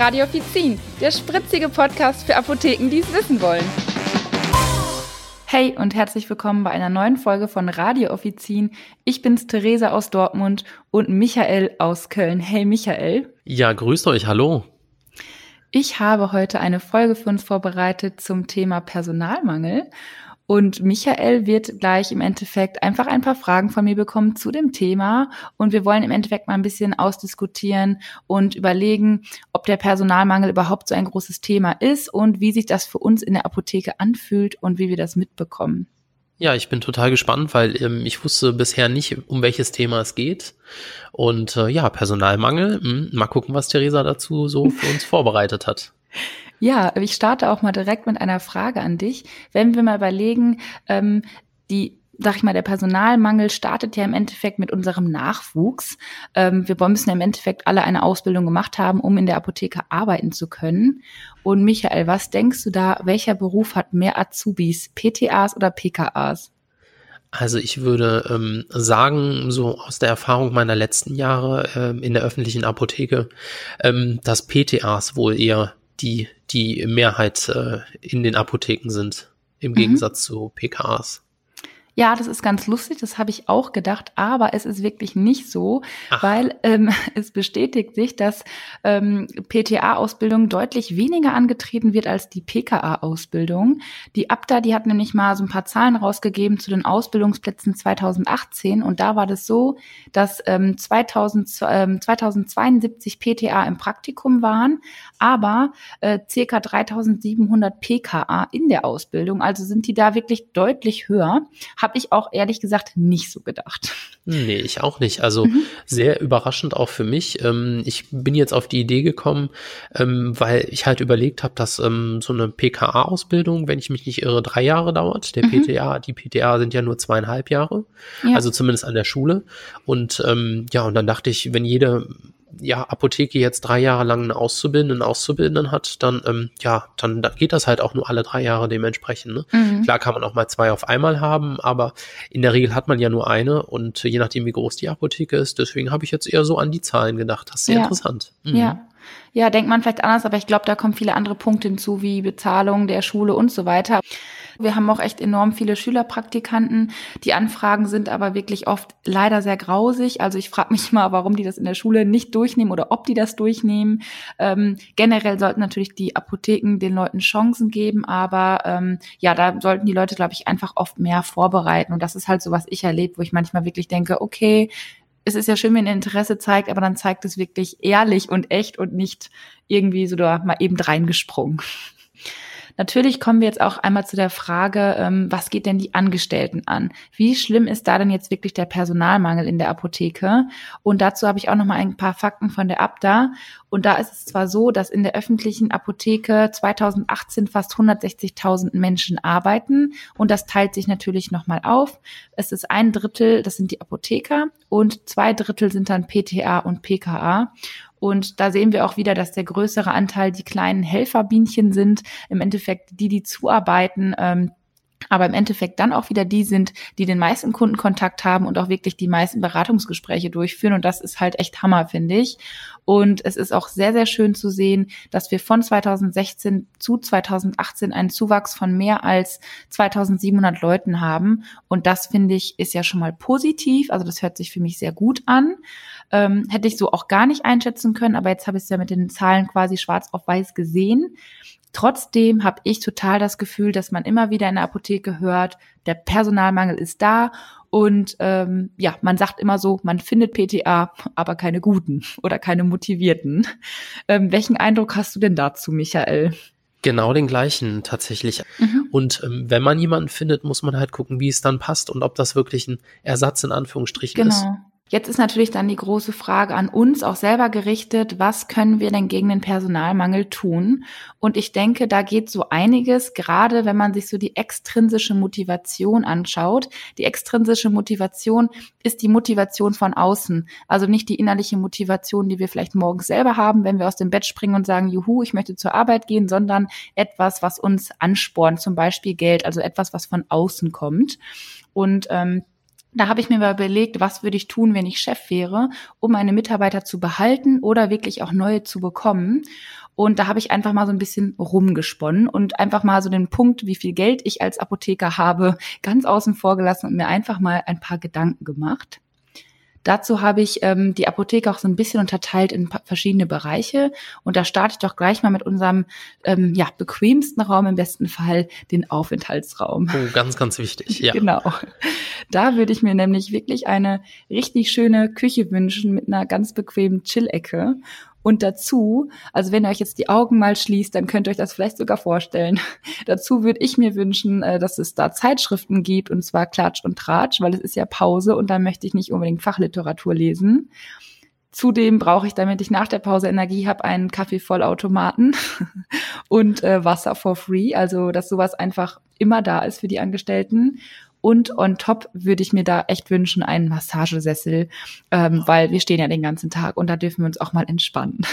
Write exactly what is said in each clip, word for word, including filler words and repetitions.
Radio Offizin, der spritzige Podcast für Apotheken, die es wissen wollen. Hey und herzlich willkommen bei einer neuen Folge von Radio Offizin. Ich bin's, Theresa aus Dortmund und Michael aus Köln. Hey Michael. Ja, grüßt euch, hallo. Ich habe heute eine Folge für uns vorbereitet zum Thema Personalmangel. Und Michael wird gleich im Endeffekt einfach ein paar Fragen von mir bekommen zu dem Thema. Und wir wollen im Endeffekt mal ein bisschen ausdiskutieren und überlegen, ob der Personalmangel überhaupt so ein großes Thema ist und wie sich das für uns in der Apotheke anfühlt und wie wir das mitbekommen. Ja, ich bin total gespannt, weil ähm, ich wusste bisher nicht, um welches Thema es geht. Und äh, ja, Personalmangel, mh, mal gucken, was Theresa dazu so für uns vorbereitet hat. Ja, ich starte auch mal direkt mit einer Frage an dich. Wenn wir mal überlegen, ähm, die, sag ich mal, der Personalmangel startet ja im Endeffekt mit unserem Nachwuchs. Ähm, wir müssen ja im Endeffekt alle eine Ausbildung gemacht haben, um in der Apotheke arbeiten zu können. Und Michael, was denkst du da, welcher Beruf hat mehr Azubis, P T As oder P K As? Also ich würde ähm, sagen, so aus der Erfahrung meiner letzten Jahre ähm, in der öffentlichen Apotheke, ähm, dass P T As wohl eher die die Mehrheit äh, in den Apotheken sind, im Gegensatz mhm. zu P K As. Ja, das ist ganz lustig, das habe ich auch gedacht, aber es ist wirklich nicht so, Ach. weil ähm, es bestätigt sich, dass ähm, P T A-Ausbildung deutlich weniger angetreten wird als die P K A-Ausbildung. Die Abda, die hat nämlich mal so ein paar Zahlen rausgegeben zu den Ausbildungsplätzen zweitausendachtzehn und da war das so, dass ähm, zweitausend, ähm, zweitausendzweiundsiebzig P T A im Praktikum waren, aber äh, ca. dreitausendsiebenhundert P K A in der Ausbildung, also sind die da wirklich deutlich höher. Habe ich auch ehrlich gesagt nicht so gedacht. Nee, ich auch nicht. Also mhm. sehr überraschend auch für mich. Ähm, ich bin jetzt auf die Idee gekommen, ähm, weil ich halt überlegt habe, dass ähm, so eine P K A-Ausbildung, wenn ich mich nicht irre, drei Jahre dauert. Der mhm. P T A, die P T A sind ja nur zweieinhalb Jahre. Ja. Also zumindest an der Schule. Und ähm, ja, und dann dachte ich, wenn jede ja, Apotheke jetzt drei Jahre lang einen Auszubildenden, einen Auszubildenden hat, dann, ähm, ja, dann geht das halt auch nur alle drei Jahre dementsprechend, ne? Mhm. Klar kann man auch mal zwei auf einmal haben, aber in der Regel hat man ja nur eine und je nachdem, wie groß die Apotheke ist, deswegen habe ich jetzt eher so an die Zahlen gedacht. Das ist sehr ja. interessant. Mhm. Ja. Ja, denkt man vielleicht anders, aber ich glaube, da kommen viele andere Punkte hinzu, wie Bezahlung der Schule und so weiter. Wir haben auch echt enorm viele Schülerpraktikanten. Die Anfragen sind aber wirklich oft leider sehr grausig. Also ich frage mich mal, warum die das in der Schule nicht durchnehmen oder ob die das durchnehmen. Ähm, generell sollten natürlich die Apotheken den Leuten Chancen geben, aber ähm, ja, da sollten die Leute, glaube ich, einfach oft mehr vorbereiten. Und das ist halt so, was ich erlebe, wo ich manchmal wirklich denke, okay, es ist ja schön, wenn ihr Interesse zeigt, aber dann zeigt es wirklich ehrlich und echt und nicht irgendwie so da mal eben reingesprungen. Natürlich kommen wir jetzt auch einmal zu der Frage, ähm, was geht denn die Angestellten an? Wie schlimm ist da denn jetzt wirklich der Personalmangel in der Apotheke? Und dazu habe ich auch noch mal ein paar Fakten von der Abda. Und da ist es zwar so, dass in der öffentlichen Apotheke zweitausendachtzehn fast hundertsechzigtausend Menschen arbeiten und das teilt sich natürlich noch mal auf. Es ist ein Drittel, das sind die Apotheker und zwei Drittel sind dann P T A und P K A. Und da sehen wir auch wieder, dass der größere Anteil die kleinen Helferbienchen sind, im Endeffekt die, die zuarbeiten, ähm, aber im Endeffekt dann auch wieder die sind, die den meisten Kundenkontakt haben und auch wirklich die meisten Beratungsgespräche durchführen. Und das ist halt echt Hammer, finde ich. Und es ist auch sehr, sehr schön zu sehen, dass wir von zweitausendsechzehn zu zweitausendachtzehn einen Zuwachs von mehr als zweitausendsiebenhundert Leuten haben. Und das, finde ich, ist ja schon mal positiv. Also das hört sich für mich sehr gut an. Ähm, hätte ich so auch gar nicht einschätzen können, aber jetzt habe ich es ja mit den Zahlen quasi schwarz auf weiß gesehen. Trotzdem habe ich total das Gefühl, dass man immer wieder in der Apotheke hört, der Personalmangel ist da und ähm, ja, man sagt immer so, man findet P T A, aber keine guten oder keine motivierten. Ähm, welchen Eindruck hast du denn dazu, Michael? Genau den gleichen tatsächlich. Mhm. Und ähm, wenn man jemanden findet, muss man halt gucken, wie es dann passt und ob das wirklich ein Ersatz in Anführungsstrichen genau. ist. Jetzt ist natürlich dann die große Frage an uns auch selber gerichtet, was können wir denn gegen den Personalmangel tun? Und ich denke, da geht so einiges, gerade wenn man sich so die extrinsische Motivation anschaut. Die extrinsische Motivation ist die Motivation von außen, also nicht die innerliche Motivation, die wir vielleicht morgens selber haben, wenn wir aus dem Bett springen und sagen, juhu, ich möchte zur Arbeit gehen, sondern etwas, was uns anspornt, zum Beispiel Geld, also etwas, was von außen kommt. Und ähm, Da habe ich mir mal überlegt, was würde ich tun, wenn ich Chef wäre, um meine Mitarbeiter zu behalten oder wirklich auch neue zu bekommen. Und da habe ich einfach mal so ein bisschen rumgesponnen und einfach mal so den Punkt, wie viel Geld ich als Apotheker habe, ganz außen vor gelassen und mir einfach mal ein paar Gedanken gemacht. Dazu habe ich ähm, die Apotheke auch so ein bisschen unterteilt in pa- verschiedene Bereiche. Und da starte ich doch gleich mal mit unserem ähm, ja, bequemsten Raum, im besten Fall den Aufenthaltsraum. Oh, ganz, ganz wichtig, ja. Genau. Da würde ich mir nämlich wirklich eine richtig schöne Küche wünschen mit einer ganz bequemen Chill-Ecke. Und dazu, also wenn ihr euch jetzt die Augen mal schließt, dann könnt ihr euch das vielleicht sogar vorstellen. Dazu würde ich mir wünschen, dass es da Zeitschriften gibt, und zwar Klatsch und Tratsch, weil es ist ja Pause und da möchte ich nicht unbedingt Fachliteratur lesen. Zudem brauche ich, damit ich nach der Pause Energie habe, einen Kaffeevollautomaten und äh, Wasser for free, also dass sowas einfach immer da ist für die Angestellten. Und on top würde ich mir da echt wünschen, einen Massagesessel, ähm, weil wir stehen ja den ganzen Tag und da dürfen wir uns auch mal entspannen.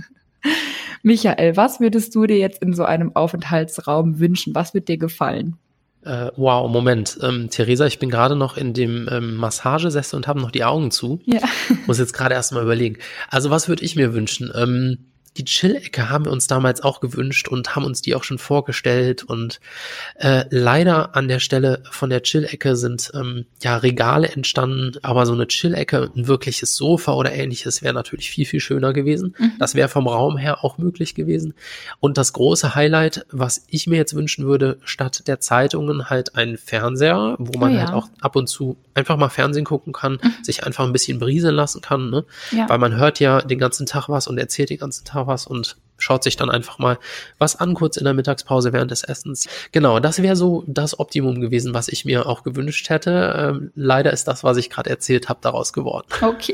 Michael, was würdest du dir jetzt in so einem Aufenthaltsraum wünschen? Was wird dir gefallen? Äh, wow, Moment. Ähm, Theresa, ich bin gerade noch in dem ähm, Massagesessel und habe noch die Augen zu. Ja. Muss jetzt gerade erst mal überlegen. Also was würde ich mir wünschen? Ähm, die Chill-Ecke haben wir uns damals auch gewünscht und haben uns die auch schon vorgestellt und äh, leider an der Stelle von der Chill-Ecke sind ähm, ja Regale entstanden, aber so eine Chill-Ecke, ein wirkliches Sofa oder ähnliches wäre natürlich viel, viel schöner gewesen. Mhm. Das wäre vom Raum her auch möglich gewesen. Und das große Highlight, was ich mir jetzt wünschen würde, statt der Zeitungen halt ein Fernseher, wo man oh ja. halt auch ab und zu einfach mal Fernsehen gucken kann, mhm. sich einfach ein bisschen berieseln lassen kann, ne? Ja. Weil man hört ja den ganzen Tag was und erzählt den ganzen Tag was und schaut sich dann einfach mal was an, kurz in der Mittagspause während des Essens. Genau, das wäre so das Optimum gewesen, was ich mir auch gewünscht hätte. Ähm, leider ist das, was ich gerade erzählt habe, daraus geworden. Okay.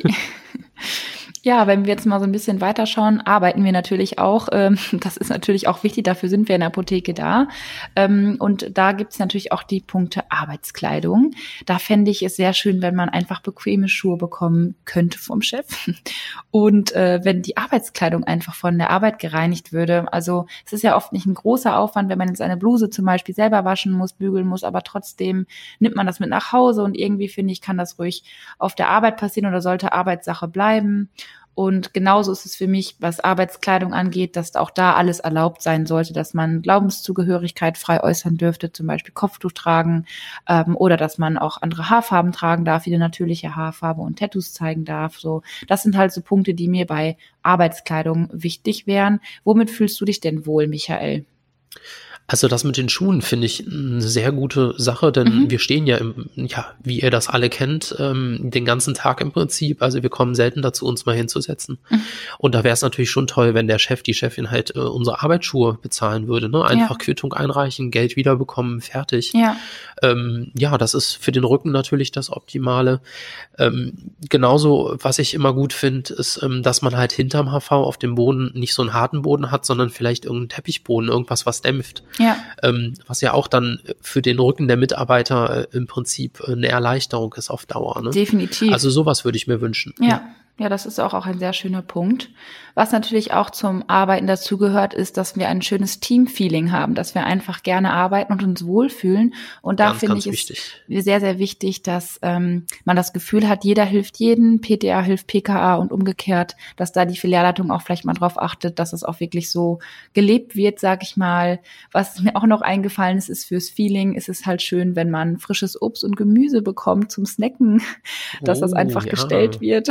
Ja, wenn wir jetzt mal so ein bisschen weiterschauen, arbeiten wir natürlich auch. Ähm, das ist natürlich auch wichtig, dafür sind wir in der Apotheke da. Ähm, und da gibt es natürlich auch die Punkte Arbeitskleidung. Da fände ich es sehr schön, wenn man einfach bequeme Schuhe bekommen könnte vom Chef. Und äh, wenn die Arbeitskleidung einfach von der Arbeit gereinigt würde. Also es ist ja oft nicht ein großer Aufwand, wenn man jetzt eine Bluse zum Beispiel selber waschen muss, bügeln muss, aber trotzdem nimmt man das mit nach Hause und irgendwie, finde ich, kann das ruhig auf der Arbeit passieren oder sollte Arbeitssache bleiben. Und genauso ist es für mich, was Arbeitskleidung angeht, dass auch da alles erlaubt sein sollte, dass man Glaubenszugehörigkeit frei äußern dürfte, zum Beispiel Kopftuch tragen ähm, oder dass man auch andere Haarfarben tragen darf, wie eine natürliche Haarfarbe und Tattoos zeigen darf. So, das sind halt so Punkte, die mir bei Arbeitskleidung wichtig wären. Womit fühlst du dich denn wohl, Michael? Also das mit den Schuhen finde ich eine sehr gute Sache, denn mhm. wir stehen ja, im, ja, wie ihr das alle kennt, ähm, den ganzen Tag im Prinzip. Also wir kommen selten dazu, uns mal hinzusetzen. Mhm. Und da wäre es natürlich schon toll, wenn der Chef, die Chefin halt äh, unsere Arbeitsschuhe bezahlen würde. Ne? Einfach ja. Quittung einreichen, Geld wiederbekommen, fertig. Ja. Ähm, ja, das ist für den Rücken natürlich das Optimale. Ähm, genauso, was ich immer gut finde, ist, ähm, dass man halt hinterm H V auf dem Boden nicht so einen harten Boden hat, sondern vielleicht irgendeinen Teppichboden, irgendwas, was dämpft. Ja. Ähm, was ja auch dann für den Rücken der Mitarbeiter äh, im Prinzip eine Erleichterung ist auf Dauer. Ne? Definitiv. Also sowas würde ich mir wünschen. Ja. ja. Ja, das ist auch, auch ein sehr schöner Punkt. Was natürlich auch zum Arbeiten dazugehört, ist, dass wir ein schönes Team-Feeling haben, dass wir einfach gerne arbeiten und uns wohlfühlen. Und da finde ich es sehr, sehr wichtig, dass ähm, man das Gefühl hat, jeder hilft jeden, P T A hilft P K A und umgekehrt, dass da die Filialleitung auch vielleicht mal drauf achtet, dass es auch wirklich so gelebt wird, sag ich mal. Was mir auch noch eingefallen ist, ist fürs Feeling, ist es halt schön, wenn man frisches Obst und Gemüse bekommt zum Snacken, dass oh, das einfach ja. gestellt wird.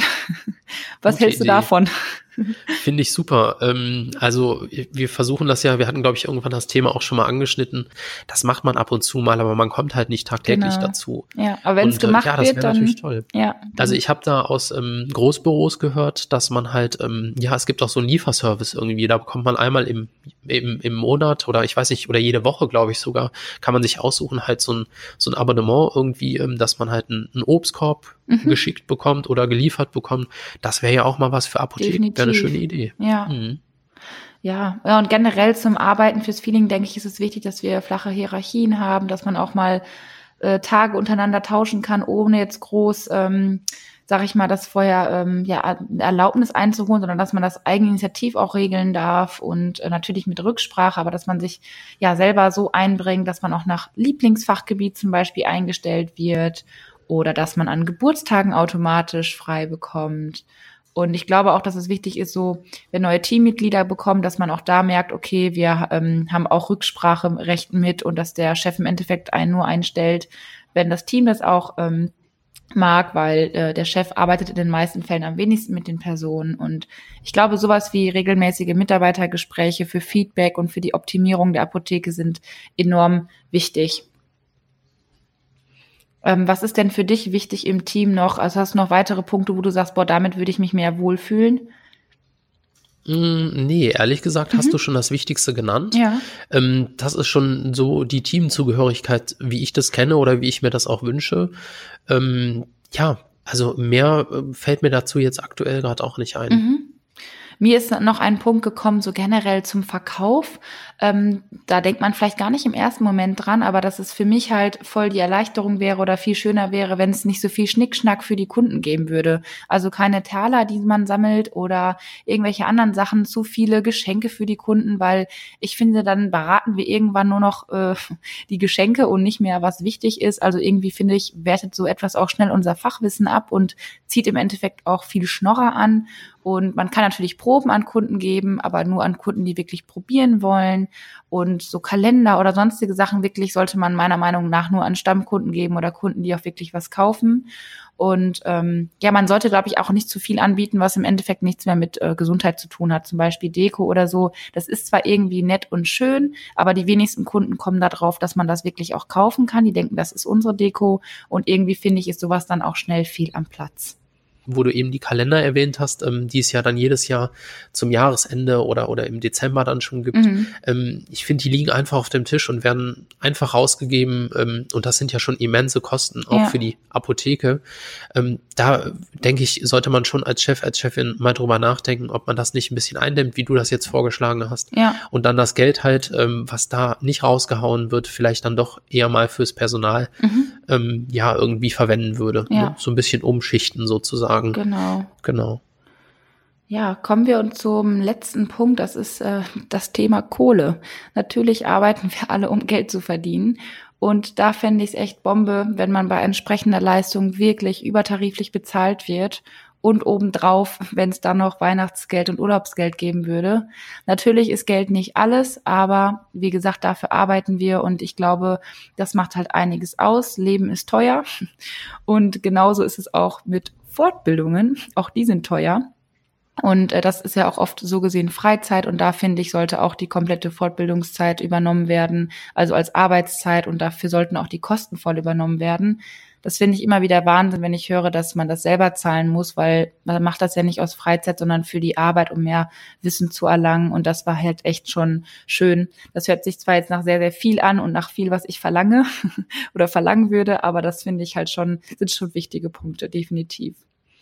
Was Gute hältst du Idee. davon? Finde ich super. Ähm, also wir versuchen das ja, wir hatten, glaube ich, irgendwann das Thema auch schon mal angeschnitten. Das macht man ab und zu mal, aber man kommt halt nicht tagtäglich genau. dazu. Ja, aber wenn es gemacht äh, ja, das wird, dann natürlich toll. Ja, also ich habe da aus ähm, Großbüros gehört, dass man halt, ähm, ja, es gibt auch so einen Lieferservice irgendwie, da bekommt man einmal im, im, im Monat oder ich weiß nicht, oder jede Woche, glaube ich sogar, kann man sich aussuchen, halt so ein, so ein Abonnement irgendwie, ähm, dass man halt einen, einen Obstkorb mhm. geschickt bekommt oder geliefert bekommt. Das wäre ja auch mal was für Apotheken. Wäre eine schöne Idee. Ja. Mhm. Ja, ja, und generell zum Arbeiten fürs Feeling, denke ich, ist es wichtig, dass wir flache Hierarchien haben, dass man auch mal äh, Tage untereinander tauschen kann, ohne jetzt groß, ähm, sag ich mal, das vorher ähm, ja Erlaubnis einzuholen, sondern dass man das eigeninitiativ auch regeln darf und äh, natürlich mit Rücksprache, aber dass man sich ja selber so einbringt, dass man auch nach Lieblingsfachgebiet zum Beispiel eingestellt wird. oder dass man an Geburtstagen automatisch frei bekommt. Und ich glaube auch, dass es wichtig ist, so wenn neue Teammitglieder bekommen, dass man auch da merkt, okay, wir ähm, haben auch Rückspracherecht mit und dass der Chef im Endeffekt einen nur einstellt, wenn das Team das auch ähm, mag, weil äh, der Chef arbeitet in den meisten Fällen am wenigsten mit den Personen. Und ich glaube, sowas wie regelmäßige Mitarbeitergespräche für Feedback und für die Optimierung der Apotheke sind enorm wichtig. Ähm, was ist denn für dich wichtig im Team noch? Also hast du noch weitere Punkte, wo du sagst, boah, damit würde ich mich mehr wohlfühlen? Nee, ehrlich gesagt, mhm. hast du schon das Wichtigste genannt. Ja. Ähm, das ist schon so die Teamzugehörigkeit, wie ich das kenne oder wie ich mir das auch wünsche. Ähm, ja, also mehr äh, fällt mir dazu jetzt aktuell gerade auch nicht ein. Mhm. Mir ist noch ein Punkt gekommen, so generell zum Verkauf. Ähm, da denkt man vielleicht gar nicht im ersten Moment dran, aber dass es für mich halt voll die Erleichterung wäre oder viel schöner wäre, wenn es nicht so viel Schnickschnack für die Kunden geben würde. Also keine Taler, die man sammelt oder irgendwelche anderen Sachen, zu viele Geschenke für die Kunden, weil ich finde, dann beraten wir irgendwann nur noch äh, die Geschenke und nicht mehr, was wichtig ist. Also irgendwie finde ich, wertet so etwas auch schnell unser Fachwissen ab und zieht im Endeffekt auch viel Schnorrer an. Und man kann natürlich Proben an Kunden geben, aber nur an Kunden, die wirklich probieren wollen. Und so Kalender oder sonstige Sachen wirklich sollte man meiner Meinung nach nur an Stammkunden geben oder Kunden, die auch wirklich was kaufen. Und ähm, ja, man sollte, glaube ich, auch nicht zu viel anbieten, was im Endeffekt nichts mehr mit äh, Gesundheit zu tun hat. Zum Beispiel Deko oder so. Das ist zwar irgendwie nett und schön, aber die wenigsten Kunden kommen da drauf, dass man das wirklich auch kaufen kann. Die denken, das ist unsere Deko. Und irgendwie finde ich, ist sowas dann auch schnell viel am Platz. Wo du eben die Kalender erwähnt hast, ähm, die es ja dann jedes Jahr zum Jahresende oder oder im Dezember dann schon gibt. Mhm. Ähm, ich finde, die liegen einfach auf dem Tisch und werden einfach rausgegeben. Ähm, und das sind ja schon immense Kosten, auch ja. für die Apotheke. Ähm, da denke ich, sollte man schon als Chef, als Chefin mal drüber nachdenken, ob man das nicht ein bisschen eindämmt, wie du das jetzt vorgeschlagen hast. Ja. Und dann das Geld halt, ähm, was da nicht rausgehauen wird, vielleicht dann doch eher mal fürs Personal mhm. ähm, ja irgendwie verwenden würde. Ja. Ne? So ein bisschen umschichten sozusagen. Genau. Genau. Ja, kommen wir uns zum letzten Punkt. Das ist äh, das Thema Kohle. Natürlich arbeiten wir alle, um Geld zu verdienen. Und da fände ich es echt Bombe, wenn man bei entsprechender Leistung wirklich übertariflich bezahlt wird. Und obendrauf, wenn es dann noch Weihnachtsgeld und Urlaubsgeld geben würde. Natürlich ist Geld nicht alles, aber wie gesagt, dafür arbeiten wir und ich glaube, das macht halt einiges aus. Leben ist teuer und genauso ist es auch mit Fortbildungen. Auch die sind teuer. Und äh, das ist ja auch oft so gesehen Freizeit und da finde ich, sollte auch die komplette Fortbildungszeit übernommen werden, also als Arbeitszeit und dafür sollten auch die Kosten voll übernommen werden. Das finde ich immer wieder Wahnsinn, wenn ich höre, dass man das selber zahlen muss, weil man macht das ja nicht aus Freizeit, sondern für die Arbeit, um mehr Wissen zu erlangen. Und das war halt echt schon schön. Das hört sich zwar jetzt nach sehr, sehr viel an und nach viel, was ich verlange oder verlangen würde, aber das finde ich halt schon, sind schon wichtige Punkte, definitiv.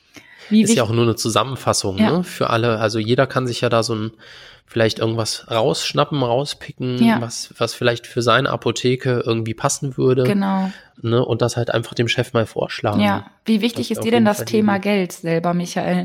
Wie ist ja auch nur eine Zusammenfassung, ja. ne, für alle. Also jeder kann sich ja da so ein, vielleicht irgendwas rausschnappen, rauspicken, ja. was, was vielleicht für seine Apotheke irgendwie passen würde. Genau. Ne, und das halt einfach dem Chef mal vorschlagen. Ja. Wie wichtig ist dir denn das Thema Geld selber, Michael?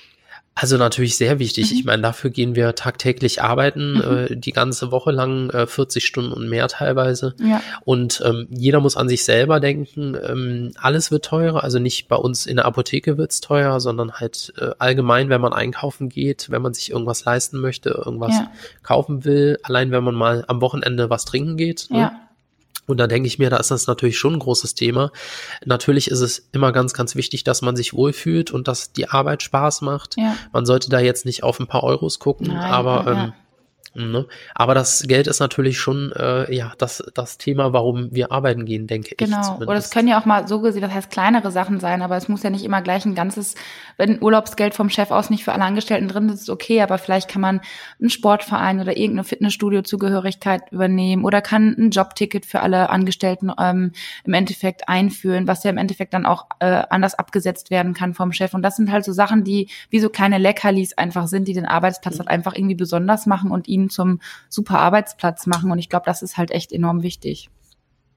Also natürlich sehr wichtig. Mhm. Ich meine, dafür gehen wir tagtäglich arbeiten, mhm. äh, die ganze Woche lang, äh, vierzig Stunden und mehr teilweise. Ja. Und ähm, jeder muss an sich selber denken. Ähm, alles wird teurer, also nicht bei uns in der Apotheke wird's teuer, sondern halt äh, allgemein, wenn man einkaufen geht, wenn man sich irgendwas leisten möchte, irgendwas ja. kaufen will. Allein wenn man mal am Wochenende was trinken geht. Ne? Ja. Und da denke ich mir, da ist das natürlich schon ein großes Thema. Natürlich ist es immer ganz, ganz wichtig, dass man sich wohlfühlt und dass die Arbeit Spaß macht. Ja. Man sollte da jetzt nicht auf ein paar Euros gucken, Nein, aber ja. ähm, ne? Aber das Geld ist natürlich schon äh, ja das das Thema, warum wir arbeiten gehen, denke genau. ich. Genau. Oder es können ja auch mal so gesehen, das heißt kleinere Sachen sein, aber es muss ja nicht immer gleich ein ganzes, wenn Urlaubsgeld vom Chef aus nicht für alle Angestellten drin ist, ist okay, aber vielleicht kann man einen Sportverein oder irgendeine Fitnessstudio-Zugehörigkeit übernehmen oder kann ein Jobticket für alle Angestellten ähm, im Endeffekt einführen, was ja im Endeffekt dann auch äh, anders abgesetzt werden kann vom Chef. Und das sind halt so Sachen, die wie so kleine Leckerlis einfach sind, die den Arbeitsplatz mhm. halt einfach irgendwie besonders machen und ihn zum super Arbeitsplatz machen und ich glaube, das ist halt echt enorm wichtig.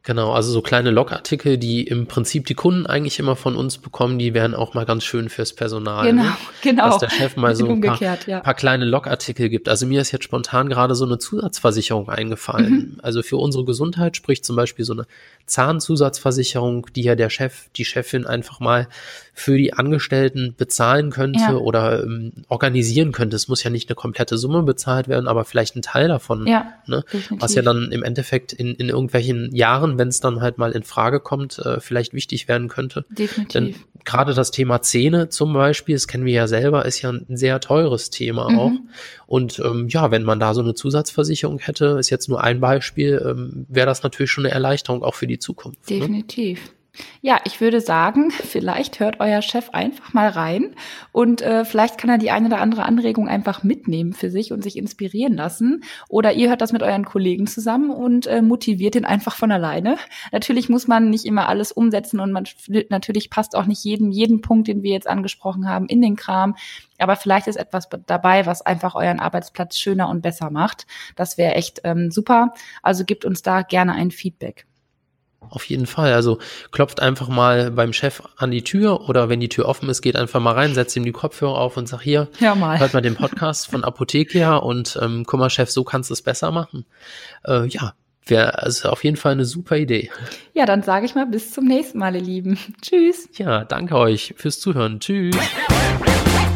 Genau, also so kleine Logartikel, die im Prinzip die Kunden eigentlich immer von uns bekommen, die wären auch mal ganz schön fürs Personal. Genau, ne? genau. Dass der Chef mal so ein paar, ja. paar kleine Logartikel gibt. Also mir ist jetzt spontan gerade so eine Zusatzversicherung eingefallen. Mhm. Also für unsere Gesundheit, sprich zum Beispiel so eine Zahnzusatzversicherung, die ja der Chef, die Chefin einfach mal für die Angestellten bezahlen könnte ja. oder ähm, organisieren könnte. Es muss ja nicht eine komplette Summe bezahlt werden, aber vielleicht ein Teil davon. Ja, ne? Was ja dann im Endeffekt in, in irgendwelchen Jahren, wenn es dann halt mal in Frage kommt, äh, vielleicht wichtig werden könnte. Definitiv. Denn gerade das Thema Zähne zum Beispiel, das kennen wir ja selber, ist ja ein sehr teures Thema mhm. auch. Und ähm, ja, wenn man da so eine Zusatzversicherung hätte, ist jetzt nur ein Beispiel, ähm, wäre das natürlich schon eine Erleichterung auch für die Zukunft. Definitiv. Ne? Ja, ich würde sagen, vielleicht hört euer Chef einfach mal rein und äh, vielleicht kann er die eine oder andere Anregung einfach mitnehmen für sich und sich inspirieren lassen. Oder ihr hört das mit euren Kollegen zusammen und äh, motiviert ihn einfach von alleine. Natürlich muss man nicht immer alles umsetzen und man natürlich passt auch nicht jeden, jeden Punkt, den wir jetzt angesprochen haben, in den Kram. Aber vielleicht ist etwas dabei, was einfach euren Arbeitsplatz schöner und besser macht. Das wäre echt ähm, super. Also gebt uns da gerne ein Feedback. Auf jeden Fall. Also klopft einfach mal beim Chef an die Tür oder wenn die Tür offen ist, geht einfach mal rein, setzt ihm die Kopfhörer auf und sagt, hier, ja, mal. hört mal den Podcast von Apothekia und ähm, guck mal, Chef, so kannst du es besser machen. Äh, ja, wäre also auf jeden Fall eine super Idee. Ja, dann sage ich mal bis zum nächsten Mal, ihr Lieben. Tschüss. Ja, danke euch fürs Zuhören. Tschüss.